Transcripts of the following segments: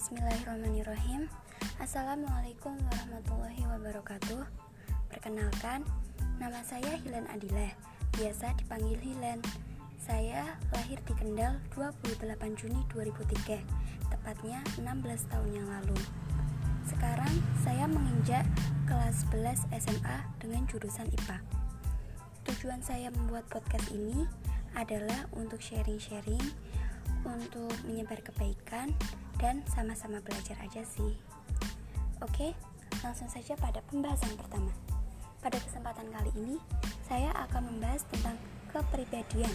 Bismillahirrahmanirrahim. Assalamualaikum warahmatullahi wabarakatuh. Perkenalkan, nama saya Hilen Adilah, biasa dipanggil Hilen. Saya lahir di Kendal 28 Juni 2003, tepatnya 16 tahun yang lalu. Sekarang saya menginjak kelas 11 SMA dengan jurusan IPA. Tujuan saya membuat podcast ini adalah untuk sharing-sharing, untuk menyebar kebaikan, dan sama-sama belajar aja sih. Oke, langsung saja pada pembahasan pertama. Pada kesempatan kali ini, saya akan membahas tentang kepribadian.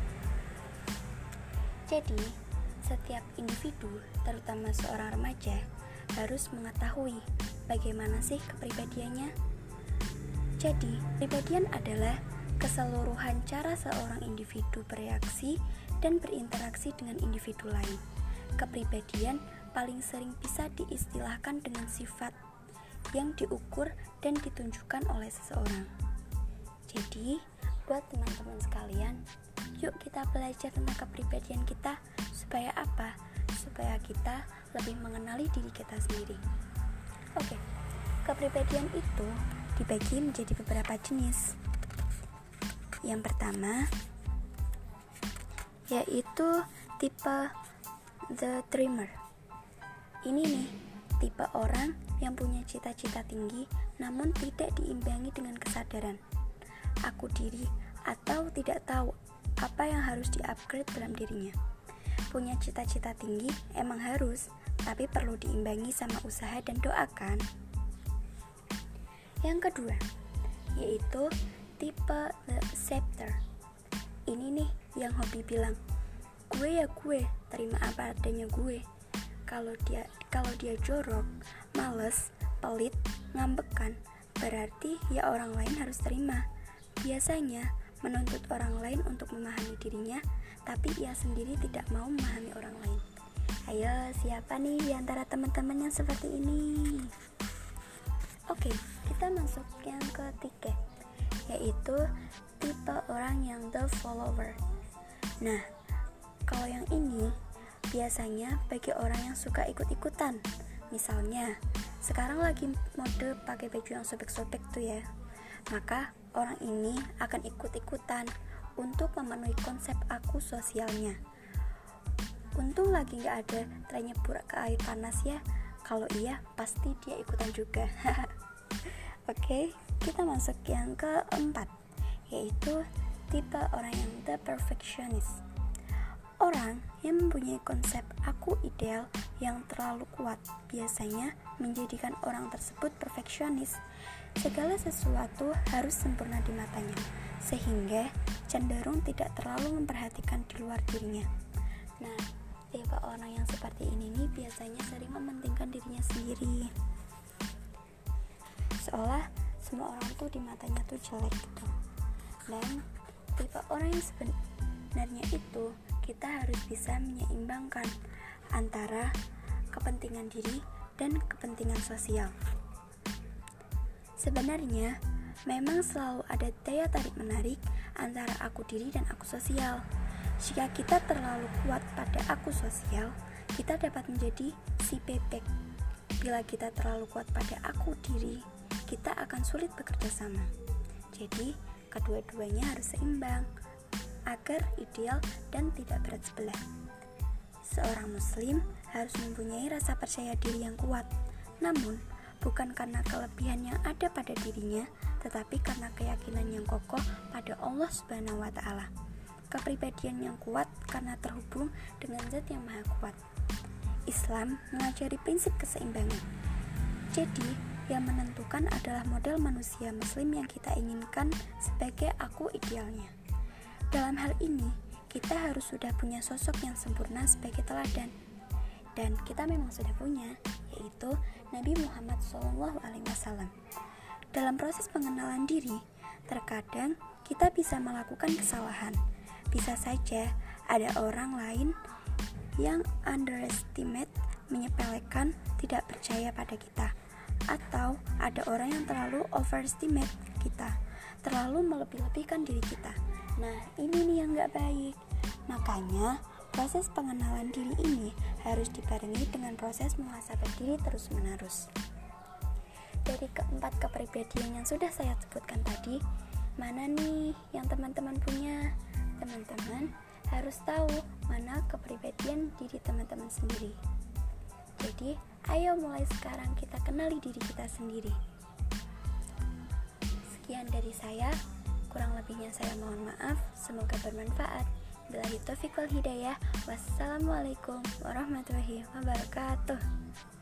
Jadi, setiap individu, terutama seorang remaja, harus mengetahui bagaimana sih kepribadiannya. Jadi, kepribadian adalah keseluruhan cara seorang individu bereaksi dan berinteraksi dengan individu lain. Kepribadian paling sering bisa diistilahkan dengan sifat yang diukur dan ditunjukkan oleh seseorang. Jadi, buat teman-teman sekalian, yuk kita belajar tentang kepribadian kita. Supaya apa? Supaya kita lebih mengenali diri kita sendiri. Oke, kepribadian itu dibagi menjadi beberapa jenis. Yang pertama yaitu tipe the dreamer. Ini nih, tipe orang yang punya cita-cita tinggi namun tidak diimbangi dengan kesadaran aku diri atau tidak tahu apa yang harus di-upgrade dalam dirinya. Punya cita-cita tinggi emang harus, tapi perlu diimbangi sama usaha dan doa kan. Yang kedua yaitu tipe the acceptor. Ini nih yang hobi bilang, gue ya gue, terima apa adanya gue. Kalau dia jorok, males, pelit, ngambekan, berarti ya orang lain harus terima. Biasanya menuntut orang lain untuk memahami dirinya, tapi ia sendiri tidak mau memahami orang lain. Ayo, siapa nih di antara teman-teman yang seperti ini? Oke, kita masuk yang ketiga, yaitu tipe orang yang the follower. Nah, kalau yang ini biasanya bagi orang yang suka ikut-ikutan. Misalnya, sekarang lagi mode pakai baju yang sobek-sobek tuh ya. Maka orang ini akan ikut-ikutan untuk memenuhi konsep aku sosialnya. Untung lagi gak ada tren nyebur ke air panas ya. Kalau iya, pasti dia ikutan juga. Oke, kita masuk yang keempat, yaitu tipe orang yang the perfectionist. Orang yang mempunyai konsep aku ideal yang terlalu kuat biasanya menjadikan orang tersebut perfeksionis. Segala sesuatu harus sempurna di matanya, sehingga cenderung tidak terlalu memperhatikan di luar dirinya. Nah, tipe orang yang seperti ini nih biasanya sering mementingkan dirinya sendiri, seolah semua orang tuh di matanya tuh jelek gitu. Dan tipe orang yang sebenarnya itu kita harus bisa menyeimbangkan antara kepentingan diri dan kepentingan sosial. Sebenarnya memang selalu ada daya tarik menarik antara aku diri dan aku sosial. Jika kita terlalu kuat pada aku sosial, kita dapat menjadi si bebek. Bila kita terlalu kuat pada aku diri, kita akan sulit bekerja sama. Jadi, kedua-duanya harus seimbang agar ideal dan tidak berat sebelah. Seorang muslim harus mempunyai rasa percaya diri yang kuat, namun bukan karena kelebihan yang ada pada dirinya, tetapi karena keyakinan yang kokoh pada Allah Subhanahu wa Ta'ala. Kepribadian yang kuat karena terhubung dengan Zat yang Maha Kuat. Islam mengajari prinsip keseimbangan. Jadi, yang menentukan adalah model manusia muslim yang kita inginkan sebagai aku idealnya. Dalam hal ini, kita harus sudah punya sosok yang sempurna sebagai teladan. Dan kita memang sudah punya, yaitu Nabi Muhammad SAW. Dalam proses pengenalan diri, terkadang kita bisa melakukan kesalahan. Bisa saja ada orang lain yang underestimate, menyepelekan, tidak percaya pada kita. Atau ada orang yang terlalu overestimate kita, terlalu melebih-lebihkan diri kita. Nah, ini nih yang gak baik. Makanya Proses pengenalan diri ini harus dibarengi dengan proses muhasabah diri terus-menerus. Dari keempat kepribadian yang sudah saya sebutkan tadi, mana nih yang teman-teman punya? Teman-teman harus tahu mana kepribadian diri teman-teman sendiri. Jadi, ayo mulai sekarang kita kenali diri kita sendiri. Sekian dari saya, kurang lebihnya saya mohon maaf, semoga bermanfaat. Billahi taufiq wal hidayah. Wassalamualaikum warahmatullahi wabarakatuh.